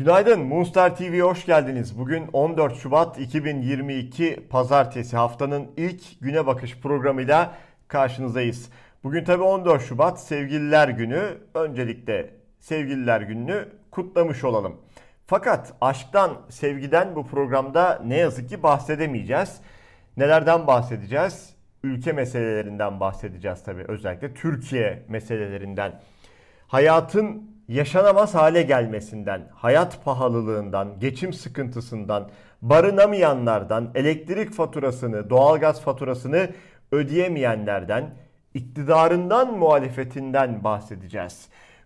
Günaydın, Moonstar TV'ye hoş geldiniz. Bugün 14 Şubat 2022 Pazartesi, haftanın ilk güne bakış programıyla karşınızdayız. Bugün tabii 14 Şubat Sevgililer Günü. Öncelikle Sevgililer Günü'nü kutlamış olalım. Fakat aşktan, sevgiden bu programda ne yazık ki bahsedemeyeceğiz. Nelerden bahsedeceğiz? Ülke meselelerinden bahsedeceğiz tabii, özellikle Türkiye meselelerinden. Hayatın yaşanamaz hale gelmesinden, hayat pahalılığından, geçim sıkıntısından, barınamayanlardan, elektrik faturasını, doğalgaz faturasını ödeyemeyenlerden, iktidarından, muhalefetinden bahsedeceğiz.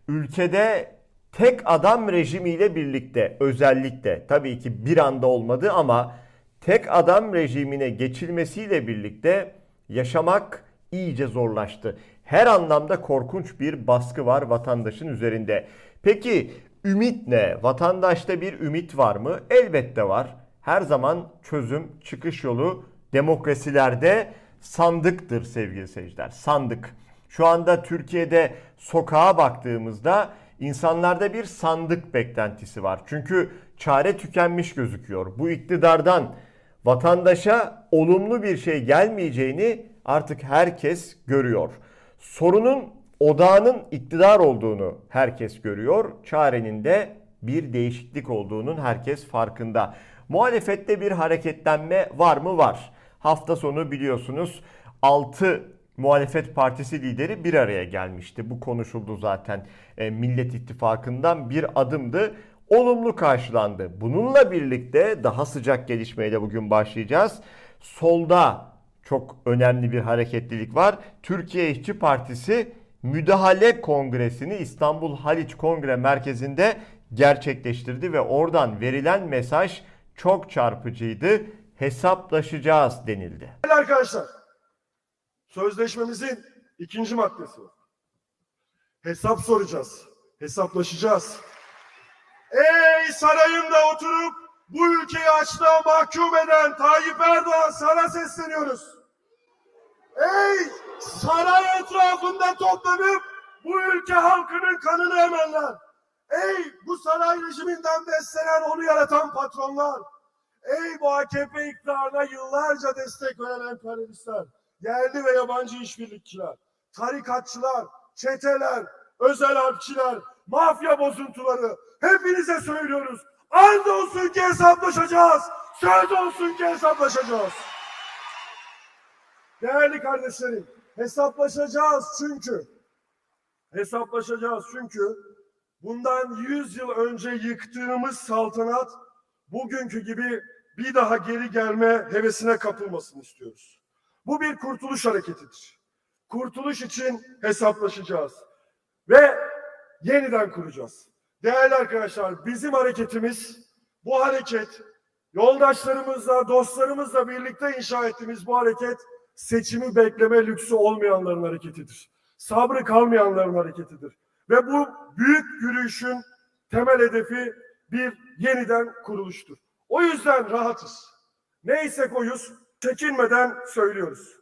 Ülkede tek adam rejimiyle birlikte, özellikle tabii ki bir anda olmadı ama tek adam rejimine geçilmesiyle birlikte yaşamak iyice zorlaştı. Her anlamda korkunç bir baskı var vatandaşın üzerinde. Peki ümit ne? Vatandaşta bir ümit var mı? Elbette var. Her zaman çözüm, çıkış yolu demokrasilerde sandıktır sevgili seyirciler. Sandık. Şu anda Türkiye'de sokağa baktığımızda insanlarda bir sandık beklentisi var. Çünkü çare tükenmiş gözüküyor. Bu iktidardan vatandaşa olumlu bir şey gelmeyeceğini artık herkes görüyor. Sorunun odağının iktidar olduğunu herkes görüyor. Çarenin de bir değişiklik olduğunun herkes farkında. Muhalefette bir hareketlenme var mı? Var. Hafta sonu biliyorsunuz 6 muhalefet partisi lideri bir araya gelmişti. Bu konuşuldu zaten. Millet İttifakı'ndan bir adımdı. Olumlu karşılandı. Bununla birlikte daha sıcak gelişmeyle bugün başlayacağız. Solda çok önemli bir hareketlilik var. Türkiye İşçi Partisi müdahale kongresini İstanbul Haliç Kongre Merkezi'nde gerçekleştirdi ve oradan verilen mesaj çok çarpıcıydı. Hesaplaşacağız denildi. Arkadaşlar, sözleşmemizin ikinci maddesi var. Hesap soracağız, hesaplaşacağız. Ey sarayında oturup bu ülkeyi açlığa mahkum eden Tayyip Erdoğan, sana sesleniyoruz. Ey saray etrafında toplanıp bu ülke halkının kanını emenler. Ey bu saray rejiminden beslenen, onu yaratan patronlar. Ey bu AKP iktidarına yıllarca destek veren emperyalistler, yerli ve yabancı işbirlikçiler, tarikatçılar, çeteler, özel harpçiler, mafya bozuntuları, hepinize söylüyoruz. And olsun ki hesaplaşacağız. Söz olsun ki hesaplaşacağız. Değerli kardeşlerim, hesaplaşacağız çünkü bundan 100 yıl önce yıktığımız saltanat bugünkü gibi bir daha geri gelme hevesine kapılmasını istiyoruz. Bu bir kurtuluş hareketidir. Kurtuluş için hesaplaşacağız ve yeniden kuracağız. Değerli arkadaşlar, bizim hareketimiz, bu hareket, yoldaşlarımızla, dostlarımızla birlikte inşa ettiğimiz bu hareket, seçimi bekleme lüksü olmayanların hareketidir. Sabrı kalmayanların hareketidir. Ve bu büyük yürüyüşün temel hedefi bir yeniden kuruluştur. O yüzden rahatız. Neysek oyuz, çekinmeden söylüyoruz.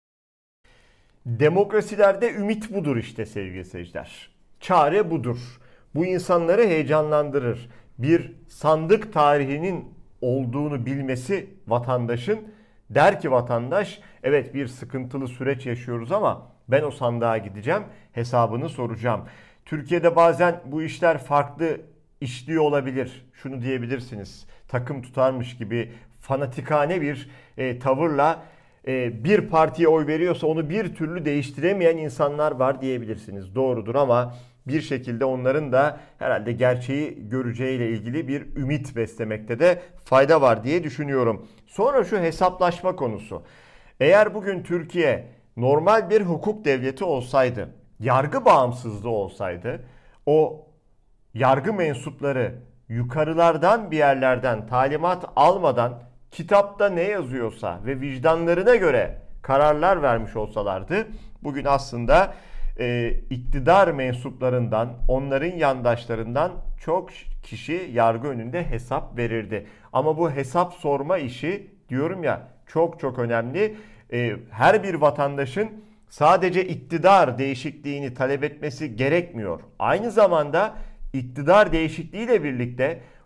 Demokrasilerde ümit budur işte sevgili seyirciler. Çare budur. Bu insanları heyecanlandırır. Bir sandık tarihinin olduğunu bilmesi vatandaşın, der ki vatandaş, evet bir sıkıntılı süreç yaşıyoruz ama ben o sandığa gideceğim, hesabını soracağım. Türkiye'de bazen bu işler farklı işliyor olabilir. Şunu diyebilirsiniz, takım tutarmış gibi fanatikane bir tavırla bir partiye oy veriyorsa onu bir türlü değiştiremeyen insanlar var diyebilirsiniz. Doğrudur ama bir şekilde onların da herhalde gerçeği göreceğiyle ilgili bir ümit beslemekte de fayda var diye düşünüyorum. Sonra şu hesaplaşma konusu. Eğer bugün Türkiye normal bir hukuk devleti olsaydı, yargı bağımsızlığı olsaydı, o yargı mensupları yukarılardan bir yerlerden talimat almadan kitapta ne yazıyorsa ve vicdanlarına göre kararlar vermiş olsalardı, bugün aslında iktidar mensuplarından, onların yandaşlarından çok kişi yargı önünde hesap verirdi. Ama bu hesap sorma işi, diyorum ya, çok çok önemli. Her bir vatandaşın sadece iktidar değişikliğini talep etmesi gerekmiyor. Aynı zamanda iktidar değişikliğiyle birlikte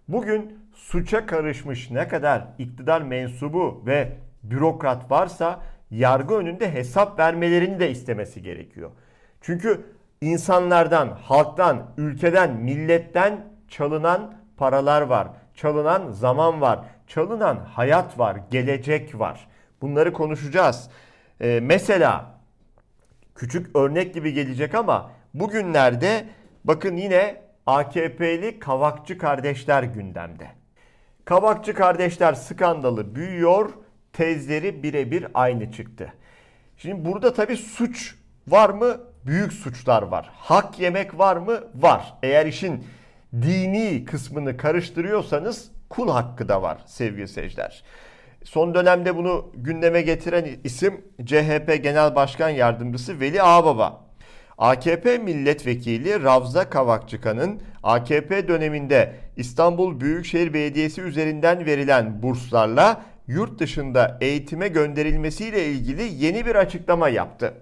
Bugün suça karışmış ne kadar iktidar mensubu ve bürokrat varsa yargı önünde hesap vermelerini de istemesi gerekiyor. Çünkü insanlardan, halktan, ülkeden, milletten çalınan paralar var. Çalınan zaman var. Çalınan hayat var. Gelecek var. Bunları konuşacağız. Mesela küçük örnek gibi gelecek ama bugünlerde bakın yine AKP'li Kavakçı kardeşler gündemde. Kavakçı kardeşler skandalı büyüyor. Tezleri birebir aynı çıktı. Şimdi burada tabii suç var mı? Büyük suçlar var. Hak yemek var mı? Var. Eğer işin dini kısmını karıştırıyorsanız kul hakkı da var sevgili seyirciler. Son dönemde bunu gündeme getiren isim CHP Genel Başkan Yardımcısı Veli Ağbaba. AKP milletvekili Ravza Kavakçıkan'ın AKP döneminde İstanbul Büyükşehir Belediyesi üzerinden verilen burslarla yurt dışında eğitime gönderilmesiyle ilgili yeni bir açıklama yaptı.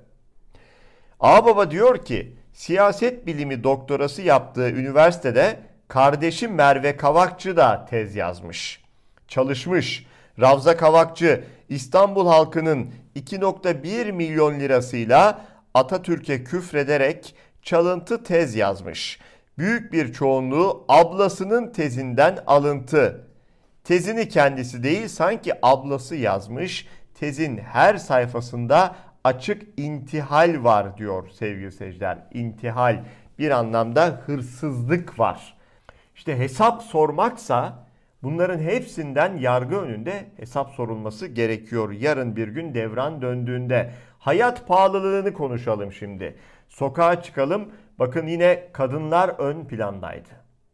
Ağbaba diyor ki, siyaset bilimi doktorası yaptığı üniversitede kardeşi Merve Kavakçı da tez yazmış, çalışmış. Ravza Kavakçı İstanbul halkının 2,1 milyon lirasıyla Atatürk'e küfrederek çalıntı tez yazmış. Büyük bir çoğunluğu ablasının tezinden alıntı. Tezini kendisi değil sanki ablası yazmış. Tezin her sayfasında açık intihal var diyor sevgili seyirciler. İntihal, bir anlamda hırsızlık var. İşte hesap sormaksa bunların hepsinden yargı önünde hesap sorulması gerekiyor. Yarın bir gün devran döndüğünde. Hayat pahalılığını konuşalım şimdi. Sokağa çıkalım. Bakın yine kadınlar ön plandaydı.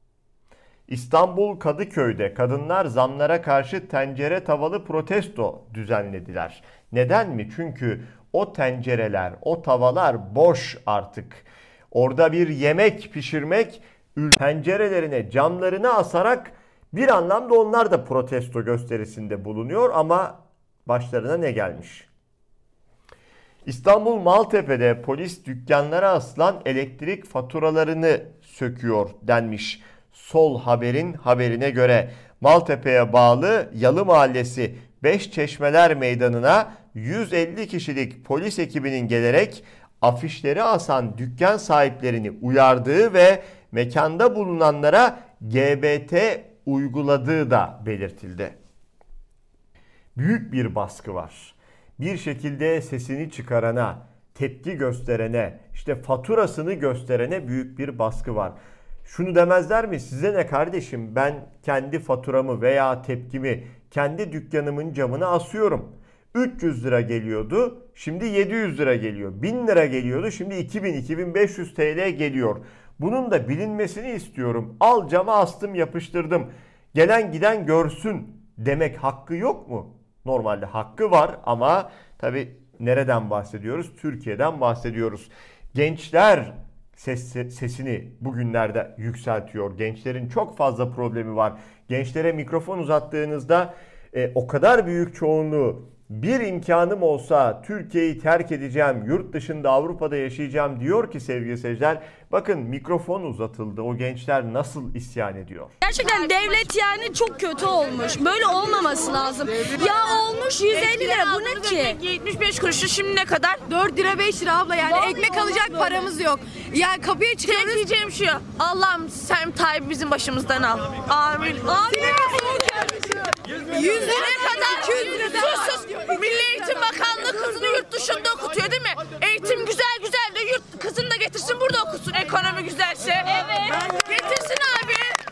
İstanbul Kadıköy'de kadınlar zamlara karşı tencere tavalı protesto düzenlediler. Neden mi? Çünkü o tencereler, o tavalar boş artık. Orada bir yemek pişirmek, pencerelerine, camlarına asarak bir anlamda onlar da protesto gösterisinde bulunuyor ama başlarına ne gelmiş? İstanbul Maltepe'de polis dükkanlara asılan elektrik faturalarını söküyor denmiş. Sol Haber'in haberine göre Maltepe'ye bağlı Yalı Mahallesi Beşçeşmeler Meydanı'na 150 kişilik polis ekibinin gelerek afişleri asan dükkan sahiplerini uyardığı ve mekanda bulunanlara GBT uyguladığı da belirtildi. Büyük bir baskı var. Bir şekilde sesini çıkarana, tepki gösterene, işte faturasını gösterene büyük bir baskı var. Şunu demezler mi? Size ne kardeşim, ben kendi faturamı veya tepkimi kendi dükkanımın camına asıyorum. 300 lira geliyordu, şimdi 700 lira geliyor. 1000 lira geliyordu, şimdi 2000-2500 TL geliyor. Bunun da bilinmesini istiyorum. Al, cama astım, yapıştırdım. Gelen giden görsün demek hakkı yok mu? Normalde hakkı var ama tabii nereden bahsediyoruz? Türkiye'den bahsediyoruz. Gençler sesini bugünlerde yükseltiyor. Gençlerin çok fazla problemi var. Gençlere mikrofon uzattığınızda o kadar büyük çoğunluğu bir imkanım olsa Türkiye'yi terk edeceğim, yurt dışında Avrupa'da yaşayacağım diyor ki sevgili seyirciler. Bakın mikrofon uzatıldı. O gençler nasıl isyan ediyor? Gerçekten devlet yani çok kötü olmuş. Böyle olmaması lazım. Ya olmuş 150 lira, bu ne ki? 75 kuruşu şimdi ne kadar? 4 lira 5 lira abla, yani Vallahi ekmek alacak böyle. paramız yok. Yani kapıya çıkıyoruz. Tek diyeceğim şu. Allah'ım sen Tayyip bizim başımızdan al. Amin. Amin. 100 lira kadar 200 lira sus. Milli Eğitim Bakanlığı kızını yurt dışında okutuyor değil mi? Eğitim güzel de kızını da getirsin burada okusun ekonomi güzelse. Evet. Getirsin abi.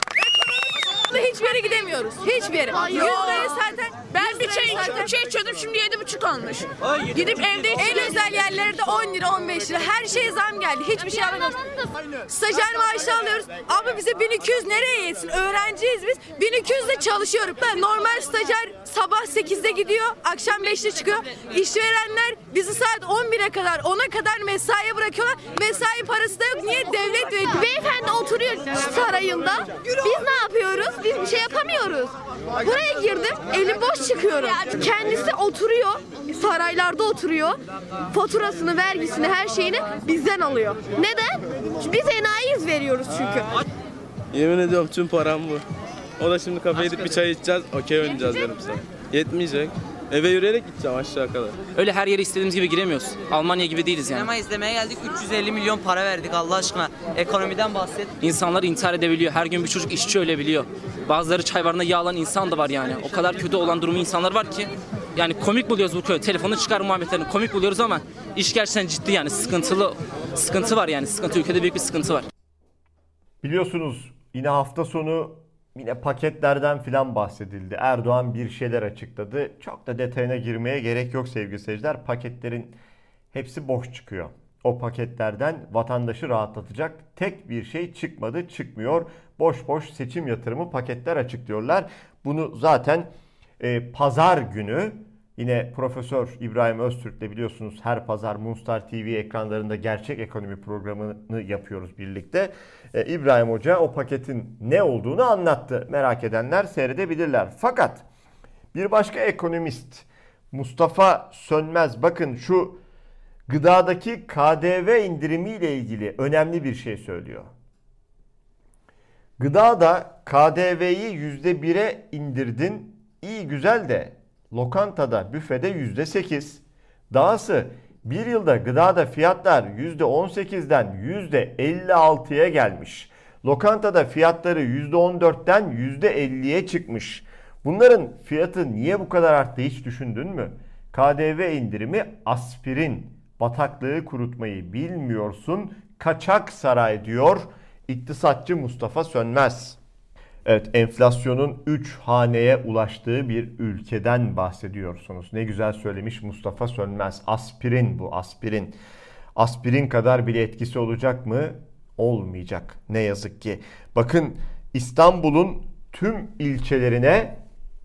hiçbir yere gidemiyoruz. Hiçbir yere. 100 liraya zaten Ben bir çay içiyordum şimdi 7,5 olmuş. Gidip evde en özel yerlerde 10 lira 15 lira her şeye zam geldi. Hiçbir şey alamıyoruz. Stajyer maaşı alıyoruz. Ama bize 1200 nereye yetsin? Öğrenciyiz biz. 1200 de çalışıyorum. Ben normal stajyer sabah 8'de gidiyor, akşam 5'te çıkıyor. İşverenler bizi saat 11'e kadar, 10'a kadar mesaiye bırakıyorlar. Mesai parası da yok. Niye? Devlet veriyor. Beyefendi oturuyor sarayında. Biz ne yapıyoruz? Biz bir şey yapamıyoruz. Buraya girdim, elim boş çıkıyorum. Kendisi oturuyor, saraylarda oturuyor. Faturasını, vergisini, her şeyini bizden alıyor. Neden? Biz enayiyiz veriyoruz çünkü. Yemin ediyorum tüm param bu. O da şimdi kafeye gidip bir çay içeceğiz, okey oynayacağız yarım saat. Yetmeyecek. Eve yürüyerek gideceğim aşağı kadar. Öyle her yere istediğimiz gibi giremiyoruz. Almanya gibi değiliz yani. Sinema izlemeye geldik, 350 milyon para verdik Allah aşkına. Ekonomiden bahset. İnsanlar intihar edebiliyor. Her gün bir çocuk işçi ölebiliyor. Bazıları çay barına yağ alan insan da var yani. O kadar kötü olan durumu insanlar var ki. Yani komik buluyoruz bu köy. Telefonu çıkar muhabbetlerini komik buluyoruz ama iş gerçekten ciddi yani. Sıkıntı var yani. Ülkede büyük bir sıkıntı var. Biliyorsunuz yine hafta sonu yine paketlerden filan bahsedildi. Erdoğan bir şeyler açıkladı. Çok da detayına girmeye gerek yok sevgili seyirciler. Paketlerin hepsi boş çıkıyor. O paketlerden vatandaşı rahatlatacak tek bir şey çıkmadı, çıkmıyor. Boş boş seçim yatırımı paketler açıklıyorlar. Bunu zaten pazar günü yine Profesör İbrahim Öztürk'le biliyorsunuz her pazar Moonstar TV ekranlarında gerçek ekonomi programını yapıyoruz birlikte. İbrahim Hoca o paketin ne olduğunu anlattı. Merak edenler seyredebilirler. Fakat bir başka ekonomist Mustafa Sönmez bakın şu gıdadaki KDV indirimiyle ilgili önemli bir şey söylüyor. Gıdada KDV'yi %1'e indirdin. İyi güzel de lokantada, büfede %8. Dahası bir yılda gıdada fiyatlar %18'den %56'ya gelmiş. Lokantada fiyatları %14'ten %50'ye çıkmış. Bunların fiyatı niye bu kadar arttı hiç düşündün mü? KDV indirimi aspirin, bataklığı kurutmayı bilmiyorsun, kaçak saray diyor iktisatçı Mustafa Sönmez. Evet, enflasyonun 3 haneye ulaştığı bir ülkeden bahsediyorsunuz. Ne güzel söylemiş Mustafa Sönmez. Aspirin bu, aspirin. Aspirin kadar bile etkisi olacak mı? Olmayacak. Ne yazık ki. Bakın İstanbul'un tüm ilçelerine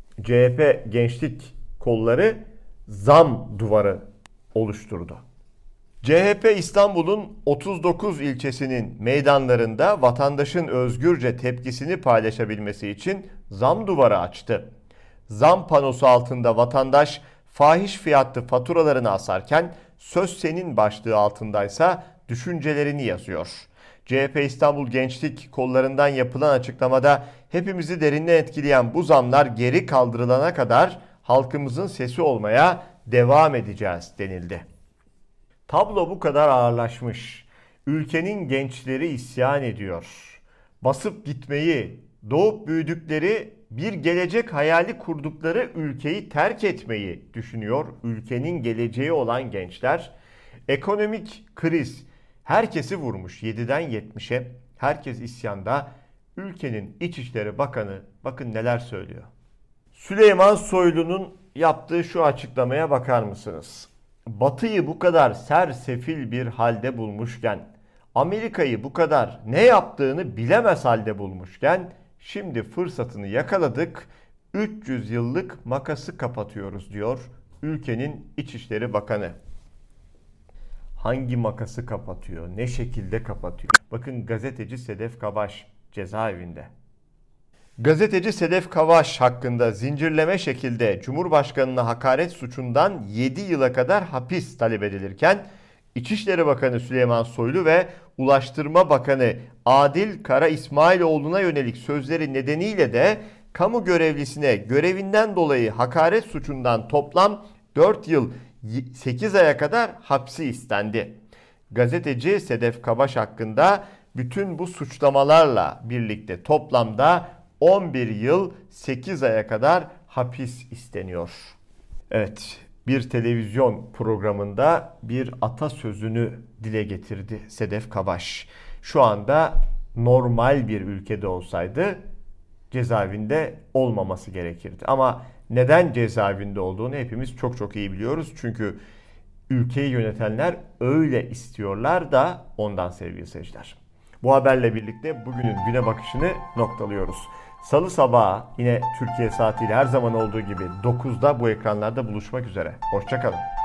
CHP gençlik kolları zam duvarı oluşturdu. CHP İstanbul'un 39 ilçesinin meydanlarında vatandaşın özgürce tepkisini paylaşabilmesi için zam duvarı açtı. Zam panosu altında vatandaş fahiş fiyatlı faturalarını asarken söz senin başlığı altındaysa düşüncelerini yazıyor. CHP İstanbul Gençlik kollarından yapılan açıklamada hepimizi derinden etkileyen bu zamlar geri kaldırılana kadar halkımızın sesi olmaya devam edeceğiz denildi. Tablo bu kadar ağırlaşmış. Ülkenin gençleri isyan ediyor. Basıp gitmeyi, doğup büyüdükleri, bir gelecek hayali kurdukları ülkeyi terk etmeyi düşünüyor ülkenin geleceği olan gençler. Ekonomik kriz herkesi vurmuş 7'den 70'e. Herkes isyanda. Ülkenin İçişleri Bakanı bakın neler söylüyor. Süleyman Soylu'nun yaptığı şu açıklamaya bakar mısınız? Batı'yı bu kadar sersefil bir halde bulmuşken, Amerika'yı bu kadar ne yaptığını bilemez halde bulmuşken, şimdi fırsatını yakaladık, 300 yıllık makası kapatıyoruz diyor ülkenin İçişleri Bakanı. Hangi makası kapatıyor? Ne şekilde kapatıyor? Bakın gazeteci Sedef Kabaş cezaevinde. Gazeteci Sedef Kabaş hakkında zincirleme şekilde Cumhurbaşkanı'na hakaret suçundan 7 yıla kadar hapis talep edilirken İçişleri Bakanı Süleyman Soylu ve Ulaştırma Bakanı Adil Kara İsmailoğlu'na yönelik sözleri nedeniyle de kamu görevlisine görevinden dolayı hakaret suçundan toplam 4 yıl 8 aya kadar hapsi istendi. Gazeteci Sedef Kabaş hakkında bütün bu suçlamalarla birlikte toplamda 11 yıl 8 aya kadar hapis isteniyor. Evet, bir televizyon programında bir atasözünü dile getirdi Sedef Kabaş. Şu anda normal bir ülkede olsaydı cezaevinde olmaması gerekirdi. Ama neden cezaevinde olduğunu hepimiz çok çok iyi biliyoruz. Çünkü ülkeyi yönetenler öyle istiyorlar da ondan sevgili seyirciler. Bu haberle birlikte bugünün güne bakışını noktalıyoruz. Salı sabahı yine Türkiye saatiyle her zaman olduğu gibi 9'da bu ekranlarda buluşmak üzere. Hoşça kalın.